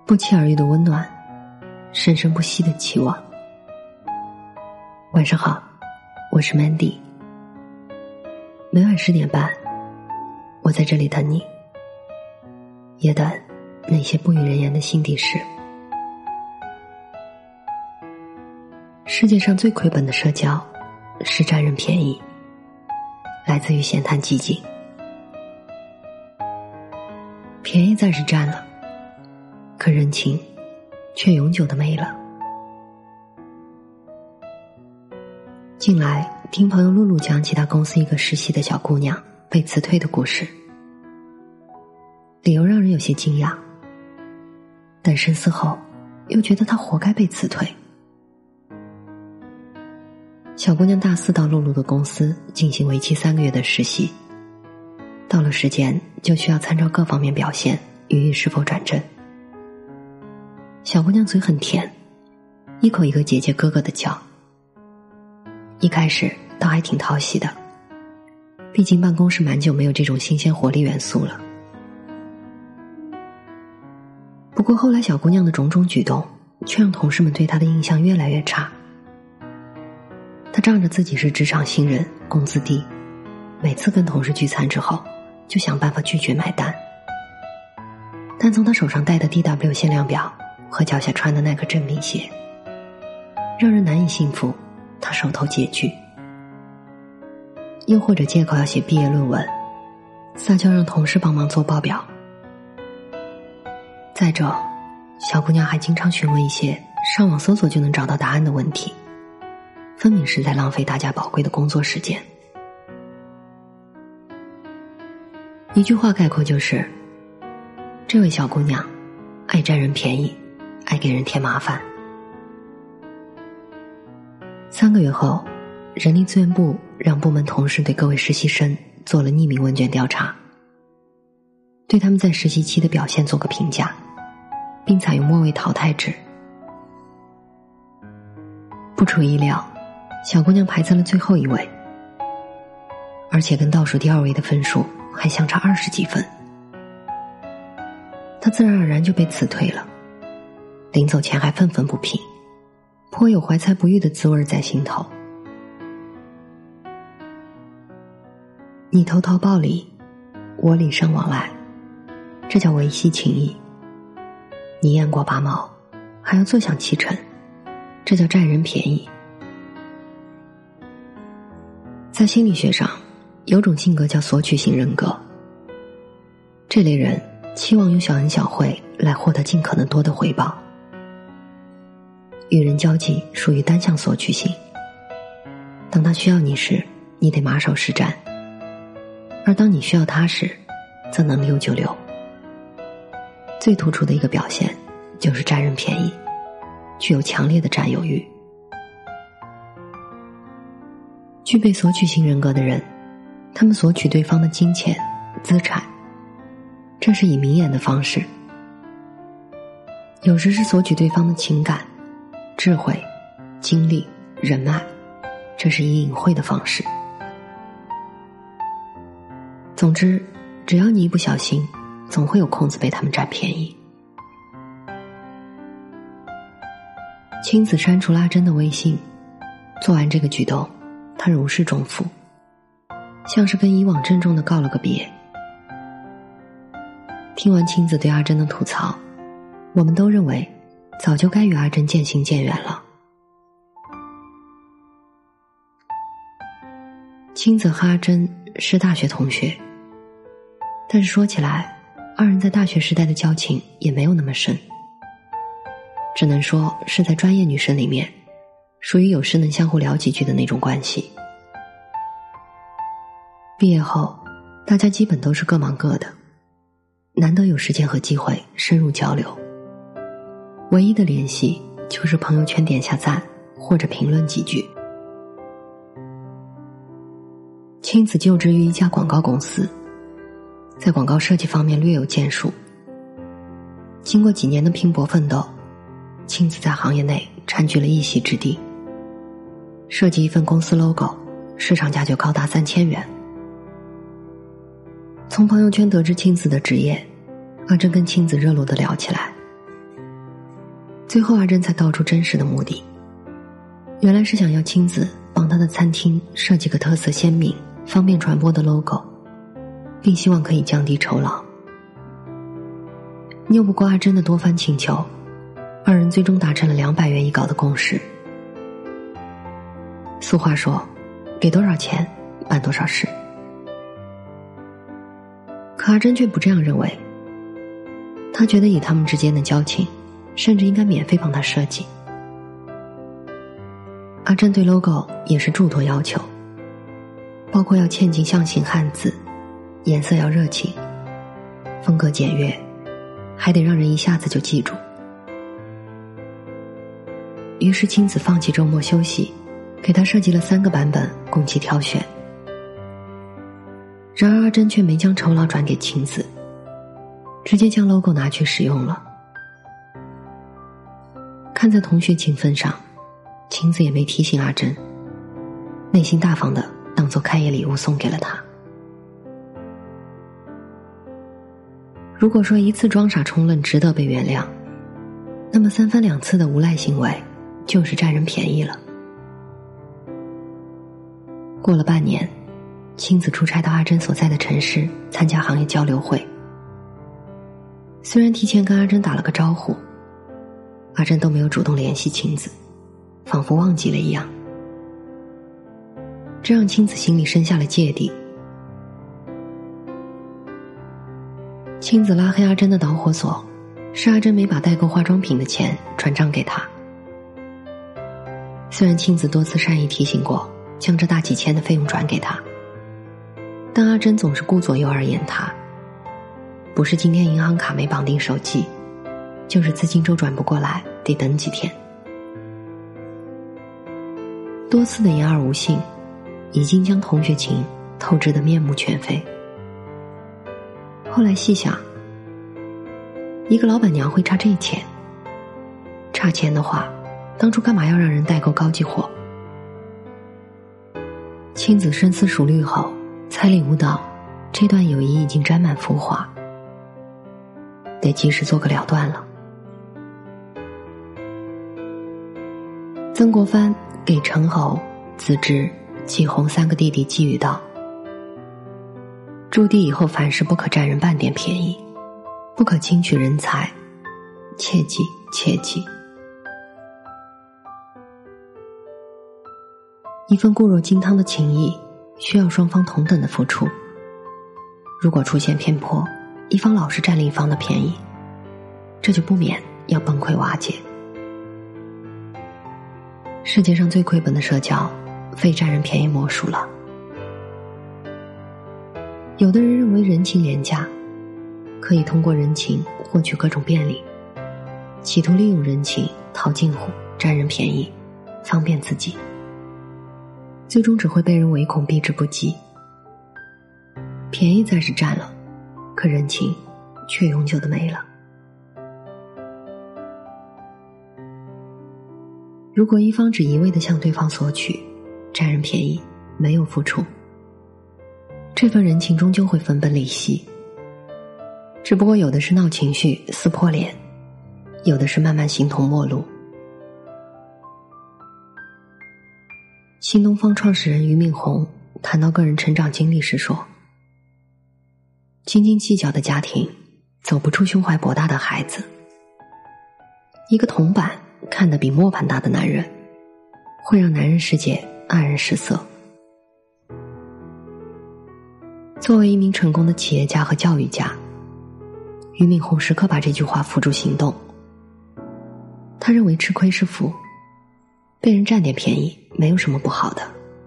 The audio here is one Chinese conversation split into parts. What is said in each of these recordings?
不期而遇的温暖，生生不息的期望。晚上好，我是 Mandy。 每晚10点半，我在这里等你，也等那些不与人言的心底事。世界上最亏本的社交是占人便宜，来自于闲谈寂静。便宜暂时占了，可人情却永久的没了。近来听朋友露露讲起她公司一个实习的小姑娘被辞退的故事，理由让人有些惊讶，但深思后又觉得她活该被辞退。小姑娘大4到露露的公司进行为期3个月的实习，到了时间就需要参照各方面表现予以是否转正。小姑娘嘴很甜，一口一个姐姐哥哥的叫。一开始倒还挺讨喜的，毕竟办公室蛮久没有这种新鲜活力元素了。不过后来小姑娘的种种举动却让同事们对她的印象越来越差。她仗着自己是职场新人，工资低，每次跟同事聚餐之后就想办法拒绝买单。但从她手上戴的 DW 限量表和脚下穿的耐克正品鞋，让人难以信服她手头拮据。又或者借口要写毕业论文，撒娇让同事帮忙做报表。再者，小姑娘还经常询问一些上网搜索就能找到答案的问题，分明是在浪费大家宝贵的工作时间。一句话概括就是，这位小姑娘爱占人便宜，爱给人添麻烦。3个月后，人力资源部让部门同事对各位实习生做了匿名问卷调查，对他们在实习期的表现做个评价，并采用末位淘汰制。不出意料，小姑娘排在了最后一位，而且跟倒数第2位的分数还相差20几分。她自然而然就被辞退了，临走前还愤愤不平，颇有怀才不遇的滋味在心头。你投桃报李，我礼尚往来，这叫维系情谊；你雁过拔毛，还要坐享其成，这叫占人便宜。在心理学上，有种性格叫索取型人格，这类人期望用小恩小惠来获得尽可能多的回报。与人交际属于单向索取型，当他需要你时，你得马首是瞻；而当你需要他时，则能溜就溜。最突出的一个表现就是占人便宜，具有强烈的占有欲。具备索取型人格的人，他们索取对方的金钱、资产，这是以明眼的方式；有时是索取对方的情感、智慧、精力、人脉，这是以隐晦的方式。总之，只要你一不小心，总会有空子被他们占便宜。青子删除了阿珍的微信，做完这个举动，他如释重负，像是跟以往郑重地告了个别。听完青子对阿珍的吐槽，我们都认为早就该与阿珍渐行渐远了。青子和阿珍是大学同学，但是说起来，2人在大学时代的交情也没有那么深，只能说是在专业女生里面属于有时能相互聊几句的那种关系。毕业后大家基本都是各忙各的，难得有时间和机会深入交流，唯一的联系就是朋友圈点下赞或者评论几句。青子就职于一家广告公司，在广告设计方面略有建树。经过几年的拼搏奋斗，青子在行业内占据了一席之地。设计一份公司 logo， 市场价就高达3000元。从朋友圈得知青子的职业，阿珍跟青子热络地聊起来。 最后阿珍才道出真实的目的，原来是想要亲自帮他的餐厅设计个特色鲜明、方便传播的 logo， 并希望可以降低酬劳。拗不过阿珍的多番请求，二人最终达成了200元一稿的共识。俗话说，给多少钱办多少事。可阿珍却不这样认为，她觉得以他们之间的交情，甚至应该免费帮他设计。阿珍对 logo 也是诸多要求，包括要嵌进象形汉字，颜色要热情，风格简约，还得让人一下子就记住。于是亲子放弃周末休息，给他设计了3个版本供其挑选。然而阿珍却没将酬劳转给亲子，直接将 logo 拿去使用了。看在同学情分上，亲子也没提醒阿珍，内心大方的当作开业礼物送给了他。如果说一次装傻充愣值得被原谅，那么3番2次的无赖行为就是占人便宜了。过了半年，亲子出差到阿珍所在的城市参加行业交流会。虽然提前跟阿珍打了个招呼，阿珍都没有主动联系亲子，仿佛忘记了一样。这让亲子心里生下了芥蒂。亲子拉黑阿珍的导火索是阿珍没把代购化妆品的钱转账给他。虽然亲子多次善意提醒过将这大几千的费用转给他，但阿珍总是顾左右而言他，不是今天银行卡没绑定手机，就是资金周转不过来，得等几天。多次的言而无信，已经将同学情透支得面目全非。后来细想，一个老板娘会差这钱？差钱的话，当初干嘛要让人代购高级货？亲子深思熟虑后，才领悟到这段友谊已经沾满浮华，得及时做个了断了。曾国藩给陈侯、子侄、季红3个弟弟寄语道：诸弟以后凡事不可占人半点便宜，不可轻取人财，切记切记。一份固若金汤的情谊，需要双方同等的付出。如果出现偏颇，一方老是占另一方的便宜，这就不免要崩溃瓦解。世界上最亏本的社交，非占人便宜莫属了。有的人认为人情廉价，可以通过人情获取各种便利，企图利用人情套近乎，占人便宜，方便自己，最终只会被人唯恐避之不及。便宜暂时占了，可人情却永久的没了。如果一方只一味地向对方索取，占人便宜，没有付出，这份人情终究会分崩离析。只不过有的是闹情绪撕破脸，有的是慢慢形同陌路。新东方创始人俞敏洪谈到个人成长经历时说，斤斤计较的家庭走不出胸怀博大的孩子。一个铜板看得比磨盘大的男人，会让男人世界黯然失色。作为一名成功的企业家和教育家，俞敏洪时刻把这句话付诸行动。他认为吃亏是福，被人占点便宜没有什么不好的。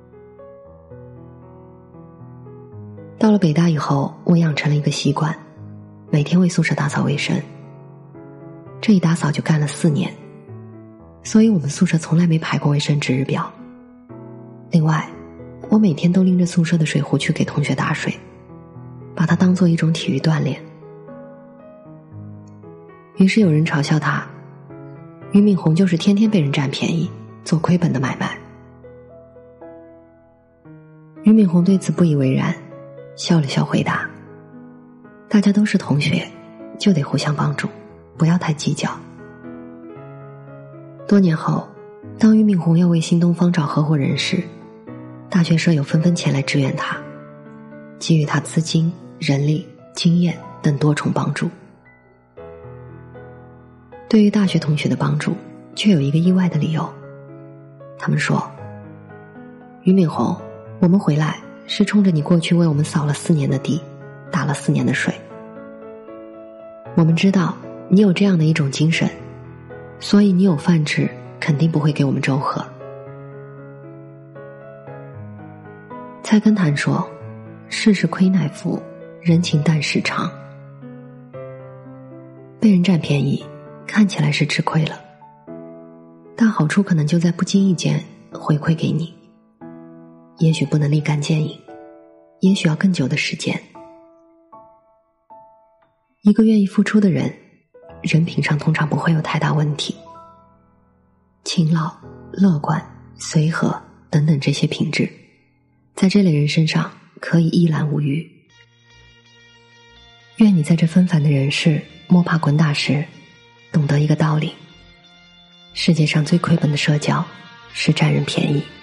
到了北大以后，我养成了一个习惯，每天为宿舍打扫卫生。这一打扫就干了4年，所以我们宿舍从来没排过卫生值日表。另外，我每天都拎着宿舍的水壶去给同学打水，把它当做一种体育锻炼。于是有人嘲笑他，俞敏洪就是天天被人占便宜，做亏本的买卖。俞敏洪对此不以为然，笑了笑回答，大家都是同学，就得互相帮助，不要太计较。 多年后，当俞敏洪要为新东方找合伙人时，大学舍友纷纷前来支援他，给予他资金、人力、经验等多重帮助。对于大学同学的帮助，却有一个意外的理由。他们说，俞敏洪，我们回来是冲着你过去为我们扫了4年的地，打了4年的水。我们知道你有这样的一种精神，所以你有饭吃，肯定不会给我们粥喝。菜根谭说，世事亏乃福，人情淡时长。被人占便宜，看起来是吃亏了，但好处可能就在不经意间回馈给你，也许不能立竿见影，也许要更久的时间。一个愿意付出的人，人品上通常不会有太大问题。勤劳、乐观、随和等等这些品质，在这类人身上可以一览无余。愿你在这纷繁的人世摸爬滚打时，懂得一个道理：世界上最亏本的社交是占人便宜。